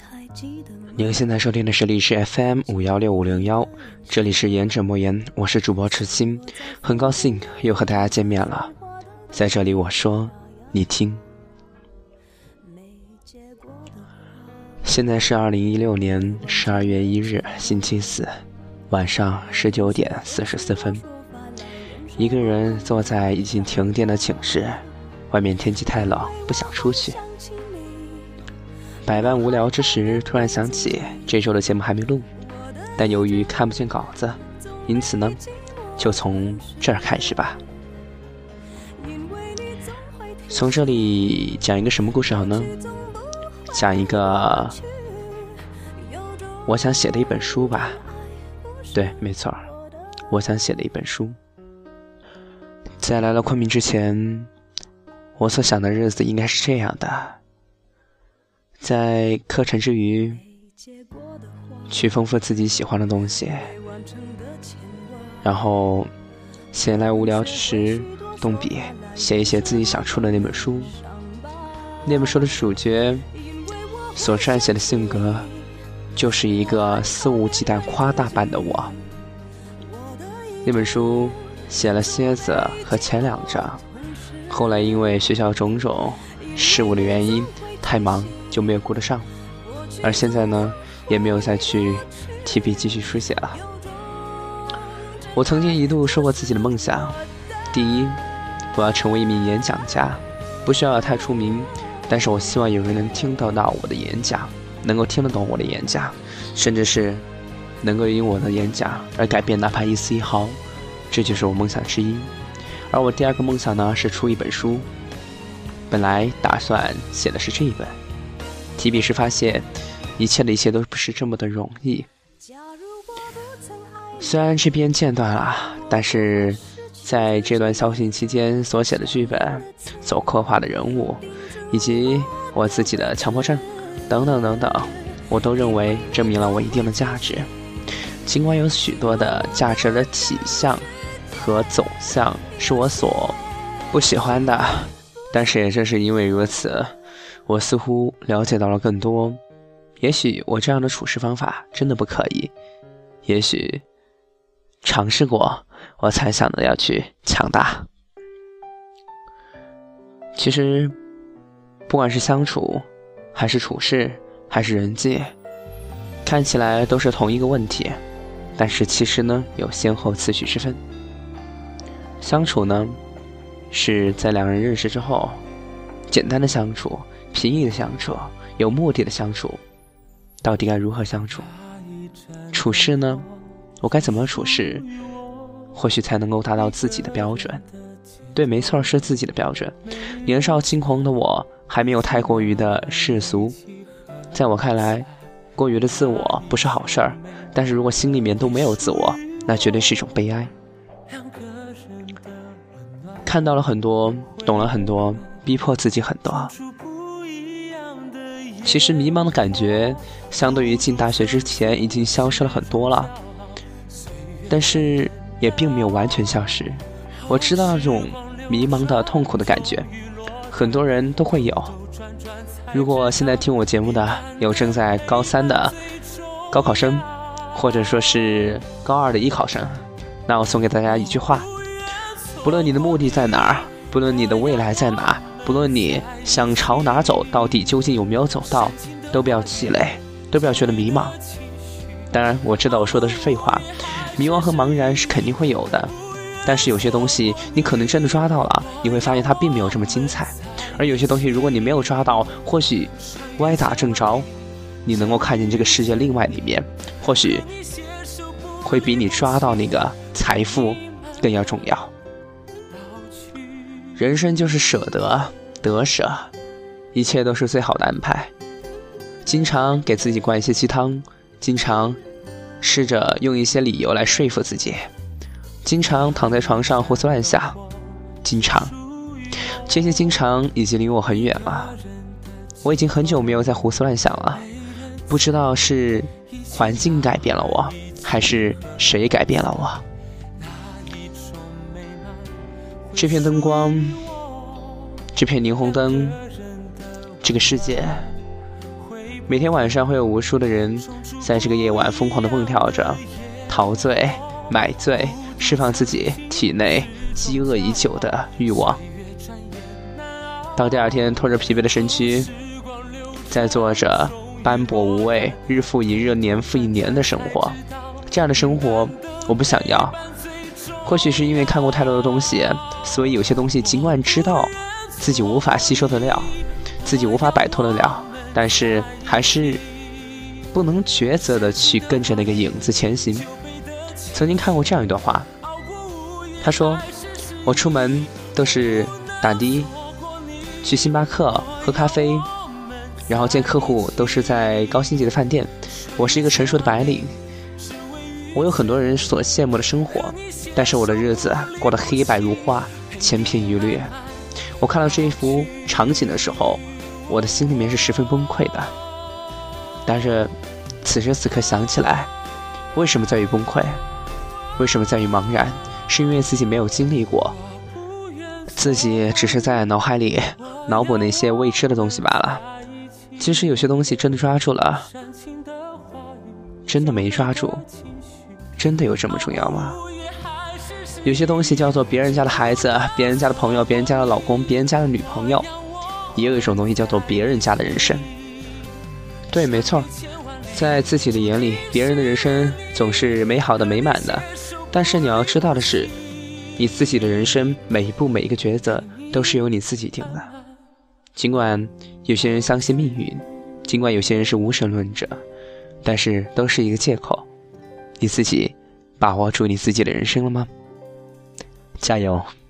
您现在收听的是历史 FM516501，这里是言者莫言，我是主播池心，很高兴又和大家见面了。在这里我说，你听。现在是2016年12月1日星期四晚上19点44分，一个人坐在已经停电的寝室，外面天气太冷，不想出去。百般无聊之时，突然想起这周的节目还没录，但由于看不见稿子，因此呢，就从这儿开始吧。从这里讲一个什么故事好呢？讲一个我想写的一本书吧。对，没错，我想写的一本书。在来到昆明之前，我所想的日子应该是这样的：在课程之余，去丰富自己喜欢的东西，然后闲来无聊之时，动笔写一写自己想出的那本书。那本书的主角所撰写的性格，就是一个肆无忌惮夸大版的我。那本书写了蝎子和前2章，后来因为学校种种事务的原因太忙，就没有顾得上，而现在呢，也没有再去提笔继续书写了。我曾经一度说过自己的梦想：第一，我要成为一名演讲家，不需要太出名，但是我希望有人能听得到我的演讲，能够听得懂我的演讲，甚至是能够因我的演讲而改变哪怕一丝一毫，这就是我梦想之一。而我第2个梦想呢，是出一本书。本来打算写的是这一本，提笔时发现一切都不是这么的容易。虽然这边间断了，但是在这段消息期间所写的剧本，所刻画的人物，以及我自己的强迫症等等等等，我都认为证明了我一定的价值。尽管有许多的价值的体相和走向是我所不喜欢的，但是也正是因为如此，我似乎了解到了更多。也许我这样的处事方法真的不可以，也许尝试过，我才想着要去强大。其实不管是相处还是处事还是人际，看起来都是同一个问题，但是其实呢，有先后次序之分。相处呢，是在2人认识之后，简单的相处，平易的相处，有目的的相处，到底该如何相处？处事呢，我该怎么处事，或许才能够达到自己的标准。对，没错，是自己的标准。年少轻狂的我还没有太过于的世俗，在我看来，过于的自我不是好事儿，但是如果心里面都没有自我，那绝对是一种悲哀。看到了很多，懂了很多，逼迫自己很多。其实迷茫的感觉相对于进大学之前已经消失了很多了，但是也并没有完全消失。我知道这种迷茫的痛苦的感觉，很多人都会有。如果现在听我节目的有正在高3的高考生，或者说是高2的艺考生，那我送给大家一句话：不论你的目的在哪儿，不论你的未来在哪儿，不论你想朝哪儿走，到底究竟有没有走到，都不要气馁，都不要觉得迷茫。当然我知道我说的是废话，迷茫和茫然是肯定会有的，但是有些东西你可能真的抓到了，你会发现它并没有这么精彩。而有些东西如果你没有抓到，或许歪打正着，你能够看见这个世界另外一面，或许会比你抓到那个财富更要重要。人生就是舍得，得舍，一切都是最好的安排。经常给自己灌一些鸡汤，经常试着用一些理由来说服自己，经常躺在床上胡思乱想，这些经常已经离我很远了。我已经很久没有在胡思乱想了，不知道是环境改变了我，还是谁改变了我。这片灯光，这片霓虹灯，这个世界， 每天晚上会有无数的人在这个夜晚疯狂地蹦跳着，陶醉、买醉，释放自己体内饥饿已久的欲望。到第二天拖着疲惫的身躯，在做着斑驳无味、日复一日、年复一年的生活。这样的生活我不想要。或许是因为看过太多的东西，所以有些东西尽管知道自己无法吸收得了，自己无法摆脱得了，但是还是不能抉择的去跟着那个影子前行。曾经看过这样一段话，他说，我出门都是打的，去星巴克喝咖啡，然后见客户都是在高星级的饭店。我是一个成熟的白领，我有很多人所羡慕的生活，但是我的日子过得黑白如画，千篇一律。我看到这一幅场景的时候，我的心里面是十分崩溃的。但是此时此刻想起来，为什么在于崩溃？为什么在于茫然？是因为自己没有经历过，自己只是在脑海里脑补那些未知的东西罢了。其实有些东西真的抓住了，真的没抓住，真的有这么重要吗？有些东西叫做别人家的孩子、别人家的朋友、别人家的老公、别人家的女朋友，也有一种东西叫做别人家的人生。对，没错，在自己的眼里，别人的人生总是美好的、美满的，但是你要知道的是，你自己的人生每一步每一个抉择都是由你自己定的。尽管有些人相信命运，尽管有些人是无神论者，但是都是一个借口。你自己把握住你自己的人生了吗？加油！